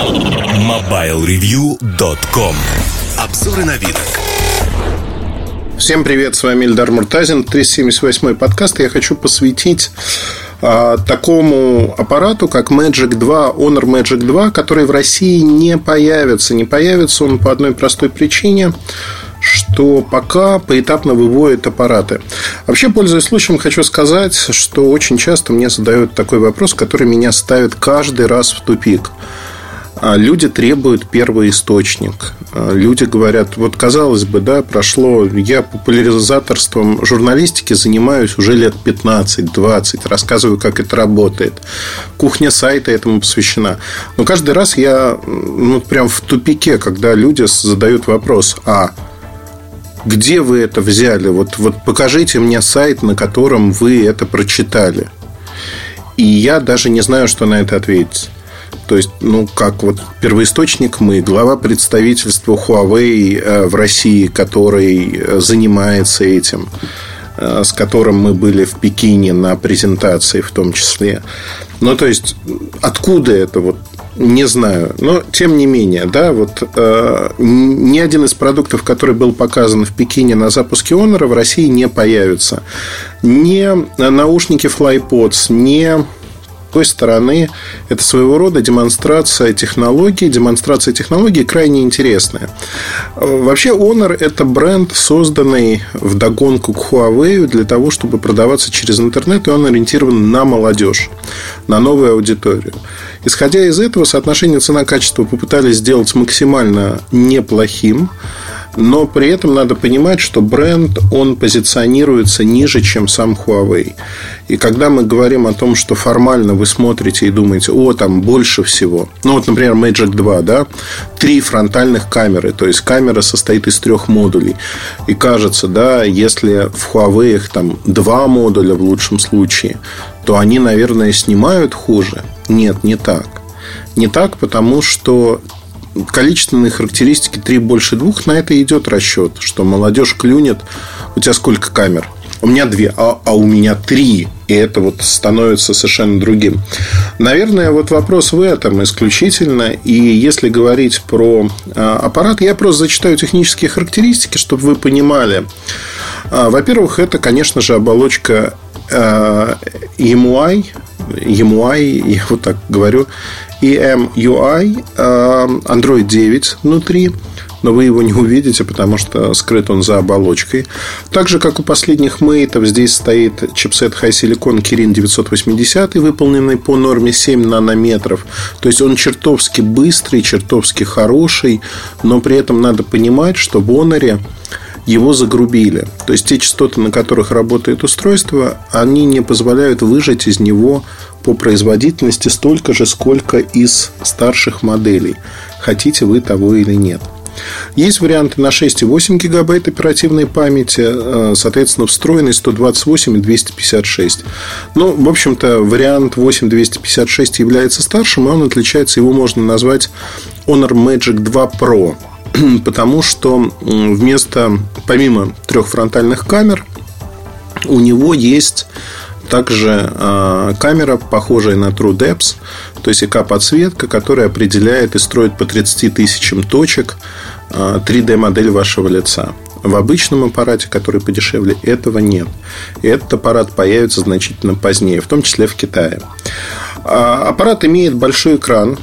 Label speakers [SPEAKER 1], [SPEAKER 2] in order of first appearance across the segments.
[SPEAKER 1] MobileReview.com. Обзоры новинок.
[SPEAKER 2] Всем привет, с вами Эльдар Муртазин. 378-й подкаст я хочу посвятить такому аппарату, как Magic 2, Honor Magic 2, который в России не появится. Не появится он по одной простой причине, что пока поэтапно выводят аппараты. Вообще, пользуясь случаем, хочу сказать, что очень часто мне задают такой вопрос, который меня ставит каждый раз в тупик. Люди требуют первоисточник. Люди говорят, вот казалось бы, да, прошло, я популяризаторством журналистики занимаюсь уже лет 15-20, рассказываю, как это работает. Кухня сайта этому посвящена. Но каждый раз я прям в тупике, когда люди задают вопрос: где вы это взяли? Вот покажите мне сайт, на котором вы это прочитали. И я даже не знаю, что на это ответить. То есть, как первоисточник мы, глава представительства Huawei в России, который занимается этим, с которым мы были в Пекине на презентации в том числе. То есть, откуда это, не знаю. Но, тем не менее, да, ни один из продуктов, который был показан в Пекине на запуске Honor, в России не появится. Ни наушники FlyPods, ни... С той стороны, это своего рода демонстрация технологий. Демонстрация технологий крайне интересная. Вообще, Honor – это бренд, созданный вдогонку к Huawei для того, чтобы продаваться через интернет. И он ориентирован на молодежь, на новую аудиторию. Исходя из этого, соотношение цена-качество попытались сделать максимально неплохим. Но при этом надо понимать, что бренд, он позиционируется ниже, чем сам Huawei. И когда мы говорим о том, что формально вы смотрите и думаете, там больше всего. Например, Magic 2, да, 3 фронтальных камеры. То есть, камера состоит из 3 модулей. И кажется, да, если в Huawei их там 2 модуля в лучшем случае, то они, наверное, снимают хуже. Нет, не так. Не так, потому что количественные характеристики 3 больше 2, на это идет расчет, что молодежь клюнет. У тебя сколько камер? У меня 2, а у меня 3. И это становится совершенно другим. Наверное, вопрос в этом исключительно. И если говорить про аппарат, я просто зачитаю технические характеристики, чтобы вы понимали. Во-первых, это, конечно же, оболочка EMUI, я вот так говорю, EMUI, Android 9 внутри. Но вы его не увидите, потому что скрыт он за оболочкой. Так же, как у последних мейтов, здесь стоит чипсет HiSilicon Kirin 980, выполненный по норме 7 нанометров. То есть, он чертовски быстрый, чертовски хороший. Но при этом надо понимать, что в Honor его загрубили. То есть, те частоты, на которых работает устройство, они не позволяют выжать из него по производительности столько же, сколько из старших моделей. Хотите вы того или нет. Есть варианты на 6,8 гигабайт оперативной памяти, соответственно, встроенный 128 и 256. В общем-то, вариант 8256 является старшим, и он отличается, его можно назвать Honor Magic 2 Pro. Потому что помимо 3 фронтальных камер, у него есть также камера, похожая на True Depth, то есть ИК-подсветка, которая определяет и строит по 30 тысячам точек 3D-модель вашего лица. В обычном аппарате, который подешевле, этого нет. И этот аппарат появится значительно позднее, в том числе в Китае. Аппарат имеет большой экран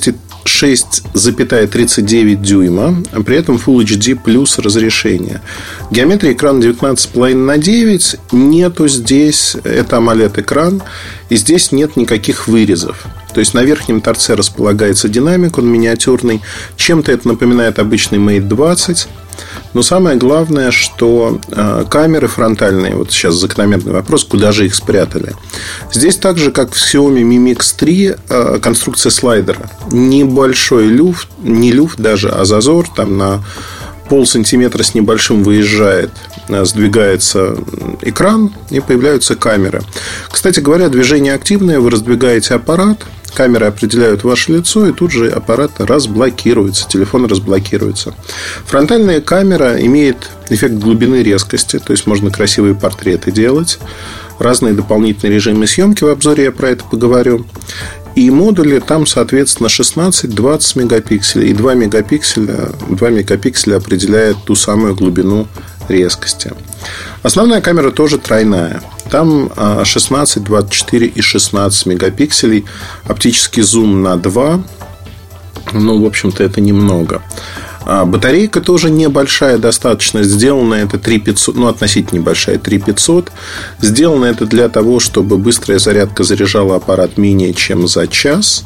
[SPEAKER 2] 6,39 дюйма, а при этом Full HD плюс разрешение. Геометрия экрана 19,5:9. Нету здесь, это AMOLED-экран, и здесь нет никаких вырезов. То есть, на верхнем торце располагается динамик, он миниатюрный. Чем-то это напоминает обычный Mate 20. Но самое главное, что камеры фронтальные, сейчас закономерный вопрос, куда же их спрятали. Здесь так же, как в Xiaomi Mi Mix 3, конструкция слайдера. Небольшой люфт, не люфт даже, а зазор там на полсантиметра с небольшим выезжает, сдвигается экран и появляются камеры. Кстати говоря, движение активное, вы раздвигаете аппарат, камеры определяют ваше лицо, и тут же аппарат разблокируется, телефон разблокируется. Фронтальная камера имеет эффект глубины резкости, то есть можно красивые портреты делать, разные дополнительные режимы съемки, в обзоре я про это поговорю. И модули там, соответственно, 16-20 мегапикселей. И 2 мегапикселя определяет ту самую глубину резкости. Основная камера тоже тройная. Там 16, 24 и 16 мегапикселей. Оптический зум на 2. Ну, в общем-то, это немного. Батарейка тоже небольшая достаточно. Сделана это 3500, ну, относительно небольшая, 3500. Сделано это для того, чтобы быстрая зарядка заряжала аппарат менее чем за час.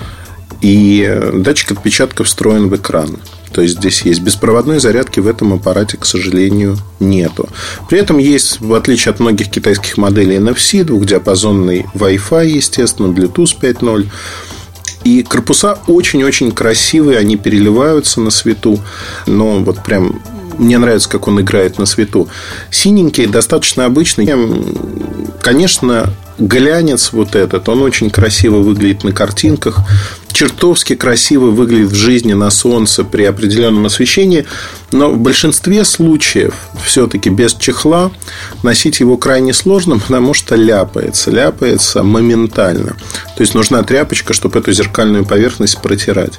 [SPEAKER 2] И датчик отпечатка встроен в экран. То есть здесь есть беспроводной зарядки, в этом аппарате, к сожалению, нету. При этом есть, в отличие от многих китайских моделей, NFC, двухдиапазонный Wi-Fi, естественно, Bluetooth 5.0. И корпуса очень-очень красивые, они переливаются на свету. Но вот прям мне нравится, как он играет на свету. Синенький, достаточно обычный. Конечно, глянец вот этот, он очень красиво выглядит на картинках. Чертовски красиво выглядит в жизни на солнце при определенном освещении. Но в большинстве случаев все-таки без чехла носить его крайне сложно, потому что ляпается моментально. То есть нужна тряпочка, чтобы эту зеркальную поверхность протирать.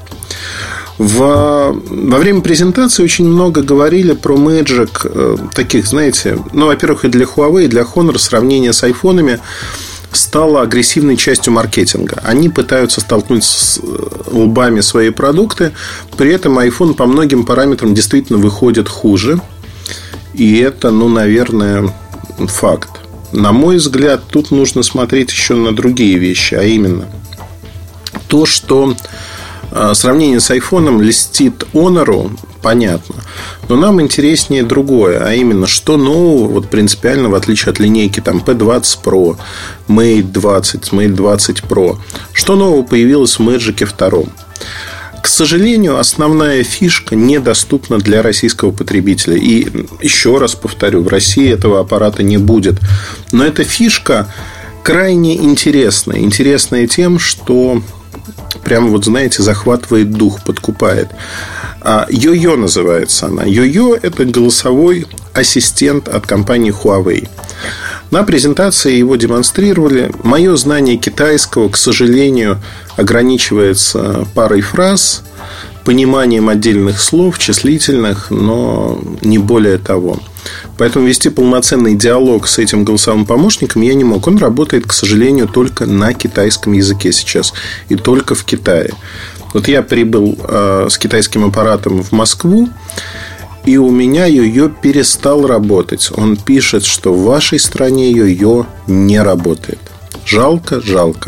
[SPEAKER 2] Во время презентации очень много говорили про Magic, таких, знаете, ну, во-первых, и для Huawei, и для Honor сравнение с айфонами стало агрессивной частью маркетинга. Они пытаются столкнуть с лбами свои продукты. При этом iPhone по многим параметрам действительно выходит хуже. И это, ну, наверное, факт. На мой взгляд, тут нужно смотреть еще на другие вещи. А именно то, что сравнение с iPhone льстит Honor, понятно. Но нам интереснее другое. А именно, что нового, вот принципиально, в отличие от линейки там, P20 Pro, Mate 20, Mate 20 Pro. Что нового появилось в Magic 2? К сожалению, основная фишка недоступна для российского потребителя. И еще раз повторю, в России этого аппарата не будет. Но эта фишка крайне интересная. Интересная тем, что прямо, вот знаете, захватывает дух, подкупает. Йо-Йо называется она. Йо-Йо – это голосовой ассистент от компании Huawei. На презентации его демонстрировали. Мое знание китайского, к сожалению, ограничивается парой фраз, пониманием отдельных слов, числительных, но не более того. Поэтому вести полноценный диалог с этим голосовым помощником я не мог. Он работает, к сожалению, только на китайском языке сейчас. И только в Китае. Вот я прибыл с китайским аппаратом в Москву, и у меня Йо-Йо перестал работать. Он пишет, что в вашей стране Йо-Йо не работает. Жалко.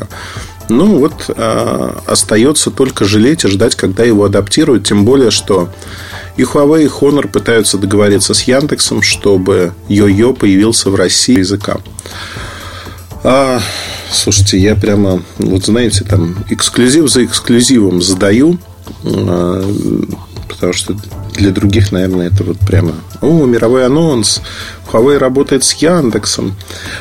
[SPEAKER 2] Ну вот, остается только жалеть и ждать, когда его адаптируют. Тем более, что и Huawei, и Honor пытаются договориться с Яндексом, чтобы Йо-Йо появился в России языком. Слушайте, я прямо, вот знаете, там эксклюзив за эксклюзивом задаю, потому что для других, наверное, это вот прямо мировой анонс. Huawei работает с Яндексом.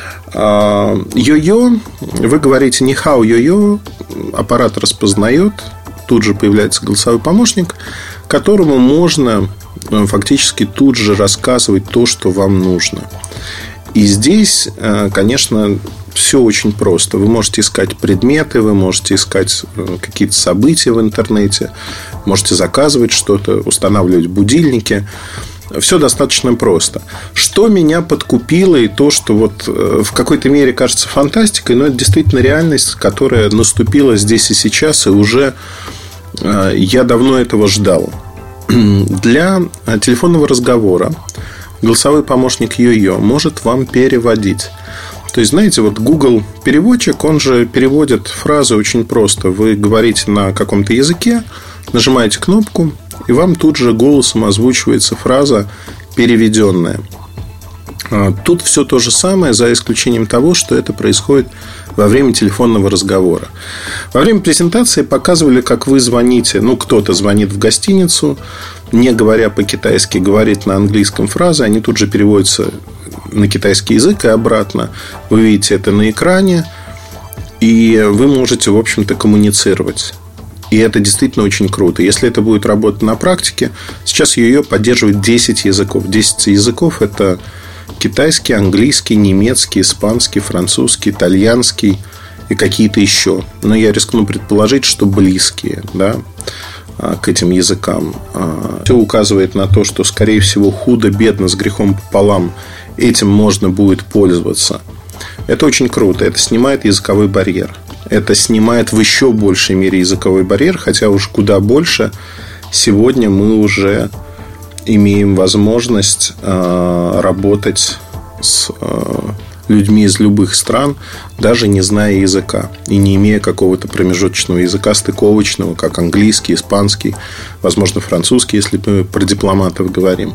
[SPEAKER 2] Йо-Йо, вы говорите «Нихао Йо-Йо», аппарат распознает, тут же появляется голосовой помощник, которому можно фактически тут же рассказывать то, что вам нужно. И здесь, конечно, все очень просто. Вы можете искать предметы, вы можете искать какие-то события в интернете, можете заказывать что-то, устанавливать будильники. Все достаточно просто. Что меня подкупило, и то, что вот в какой-то мере кажется фантастикой, но это действительно реальность, которая наступила здесь и сейчас, и уже я давно этого ждал. Для телефонного разговора голосовой помощник Йо-Йо может вам переводить. То есть, знаете, вот Google переводчик, он же переводит фразы очень просто. Вы говорите на каком-то языке, нажимаете кнопку, и вам тут же голосом озвучивается фраза переведенная. Тут все то же самое, за исключением того, что это происходит во время телефонного разговора. Во время презентации показывали, как вы звоните. Ну, кто-то звонит в гостиницу, не говоря по-китайски, говорит на английском фразы. Они тут же переводятся на китайский язык и обратно. Вы видите это на экране, и вы можете, в общем-то, коммуницировать. И это действительно очень круто. Если это будет работать на практике, сейчас Йо-Йо поддерживает 10 языков. 10 языков – это китайский, английский, немецкий, испанский, французский, итальянский, и какие-то еще. Но я рискну предположить, что близкие, да, к этим языкам. Все указывает на то, что, скорее всего, худо-бедно с грехом пополам этим можно будет пользоваться. Это очень круто. Это снимает языковой барьер. Это снимает в еще большей мере языковой барьер, хотя уж куда больше. Сегодня мы уже имеем возможность работать с людьми из любых стран, даже не зная языка и не имея какого-то промежуточного языка, стыковочного, как английский, испанский, возможно, французский, если мы про дипломатов говорим.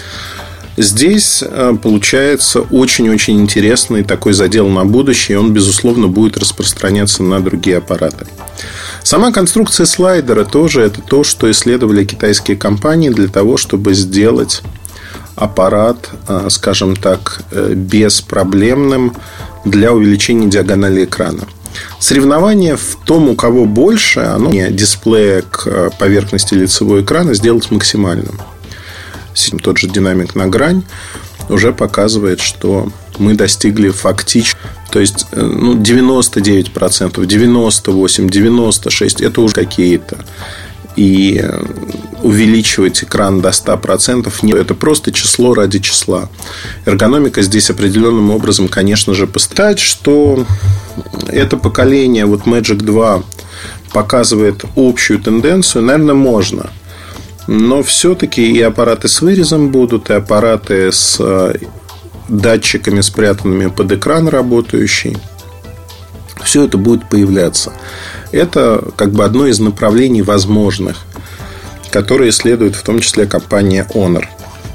[SPEAKER 2] Здесь получается очень-очень интересный такой задел на будущее, и он, безусловно, будет распространяться на другие аппараты. Сама конструкция слайдера тоже это то, что исследовали китайские компании для того, чтобы сделать аппарат, скажем так, беспроблемным для увеличения диагонали экрана. Соревнование в том, у кого больше, оно дисплея к поверхности лицевого экрана сделать максимальным. Тот же динамик на грань уже показывает, что мы достигли фактически, то есть 99%, 98%, 96% это уже какие-то. И увеличивать экран до 100% нет. Это просто число ради числа. Эргономика здесь определенным образом, конечно же, поставить, что это поколение Magic 2 показывает общую тенденцию, наверное, можно. Но все-таки и аппараты с вырезом будут, и аппараты с датчиками, спрятанными под экран, работающие. Все это будет появляться. Это как бы одно из направлений возможных, которые исследует в том числе компания Honor.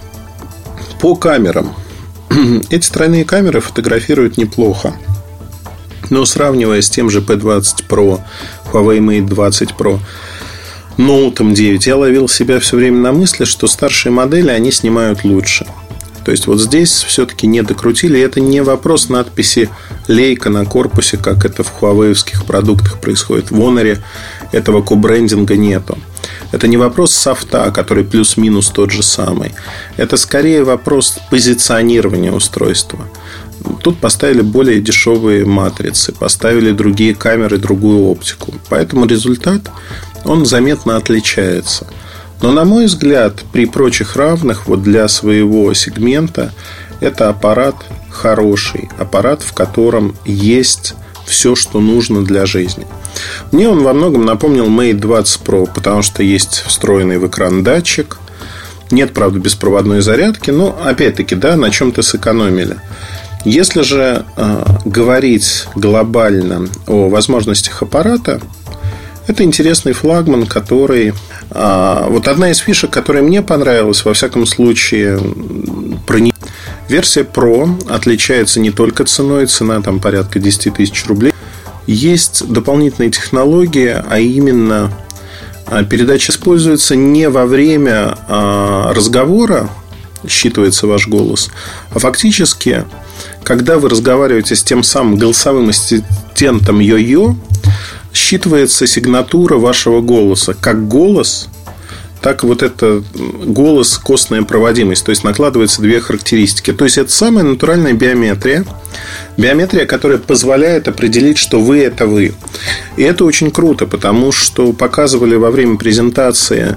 [SPEAKER 2] По камерам. Эти тройные камеры фотографируют неплохо. Но сравнивая с тем же P20 Pro, Huawei Mate 20 Pro, Note 9, я ловил себя все время на мысли, что старшие модели, они снимают лучше. То есть вот здесь все-таки не докрутили. Это не вопрос надписи Leica на корпусе, как это в хуавеевских продуктах происходит. В Honor этого кобрендинга нету. Это не вопрос софта, который плюс-минус тот же самый. Это скорее вопрос позиционирования устройства. Тут поставили более дешевые матрицы, поставили другие камеры, другую оптику. Поэтому результат, он заметно отличается. Но, на мой взгляд, при прочих равных, для своего сегмента, это аппарат хороший. Аппарат, в котором есть все, что нужно для жизни. Мне он во многом напомнил Mate 20 Pro, потому что есть встроенный в экран датчик. Нет, правда, беспроводной зарядки, но, опять-таки, да, на чем-то сэкономили. Если же говорить глобально о возможностях аппарата, это интересный флагман, который... одна из фишек, которая мне понравилась, во всяком случае, версия Pro отличается не только ценой, цена там порядка 10 тысяч рублей. Есть дополнительные технологии, а именно передача используется не во время разговора, считывается ваш голос, а фактически, когда вы разговариваете с тем самым голосовым ассистентом Йо-Йо, считывается сигнатура вашего голоса. Как голос, так это голос, костная проводимость. То есть накладываются две характеристики. То есть это самая натуральная биометрия. Биометрия, которая позволяет определить, что вы – это вы. И это очень круто, потому что показывали во время презентации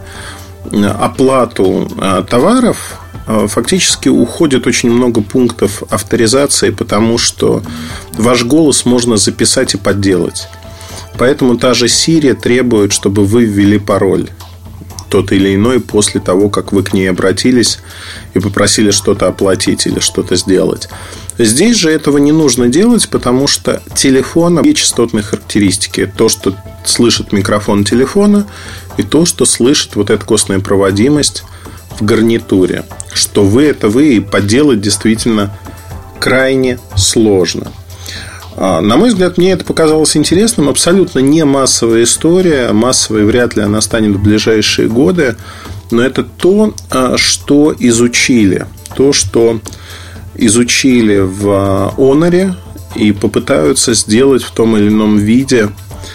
[SPEAKER 2] оплату товаров. Фактически уходит очень много пунктов авторизации, потому что ваш голос можно записать и подделать. Поэтому та же Siri требует, чтобы вы ввели пароль тот или иной после того, как вы к ней обратились и попросили что-то оплатить или что-то сделать. Здесь же этого не нужно делать, потому что телефон две частотные характеристики. То, что слышит микрофон телефона, и то, что слышит эта костная проводимость в гарнитуре. Что вы – это вы, и подделать действительно крайне сложно. На мой взгляд, мне это показалось интересным. Абсолютно не массовая история. Массовой вряд ли она станет в ближайшие годы. Но это то, что изучили. То, что изучили в Honor и попытаются сделать в том или ином виде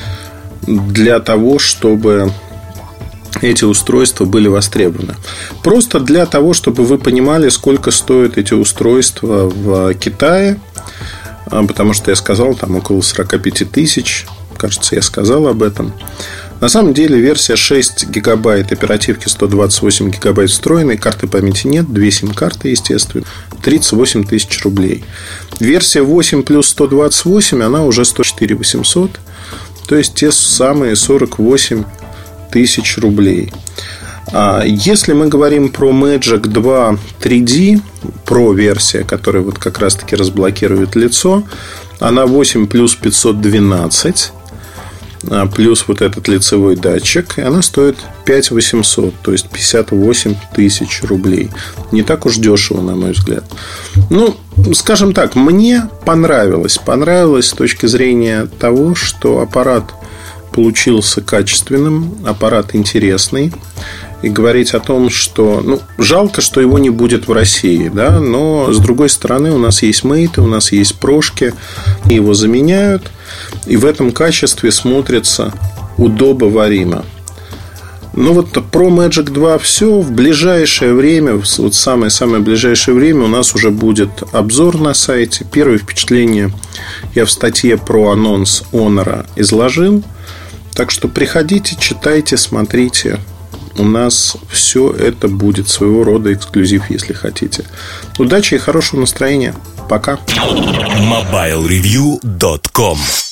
[SPEAKER 2] для того, чтобы эти устройства были востребованы. Просто для того, чтобы вы понимали, сколько стоят эти устройства в Китае. потому что я сказал, там около 45 тысяч. Кажется, я сказал об этом. На самом деле версия 6 гигабайт оперативки, 128 гигабайт встроенной, карты памяти нет, 2 сим-карты, естественно, 38 тысяч рублей. Версия 8 плюс 128, она уже 104 800, то есть те самые 48 тысяч рублей. Если мы говорим про Magic 2 3D, Pro версия, которая вот как раз таки разблокирует лицо, она 8 плюс 512, плюс вот этот лицевой датчик, и она стоит 5 800, то есть 58 тысяч рублей. Не так уж дешево, на мой взгляд. Ну, скажем так, мне понравилось. Понравилось с точки зрения того, что аппарат получился качественным, аппарат интересный. И говорить о том, что жалко, что его не будет в России, да? Но с другой стороны, у нас есть мейты, у нас есть прошки, его заменяют, и в этом качестве смотрится удобоваримо. Ну вот про Magic 2 все. В ближайшее время, вот самое-самое ближайшее время у нас уже будет обзор на сайте. Первые впечатления я в статье про анонс Honor изложил. Так что приходите, читайте, смотрите. У нас все это будет своего рода эксклюзив, если хотите. Удачи и хорошего настроения. Пока.
[SPEAKER 1] MobileReview.com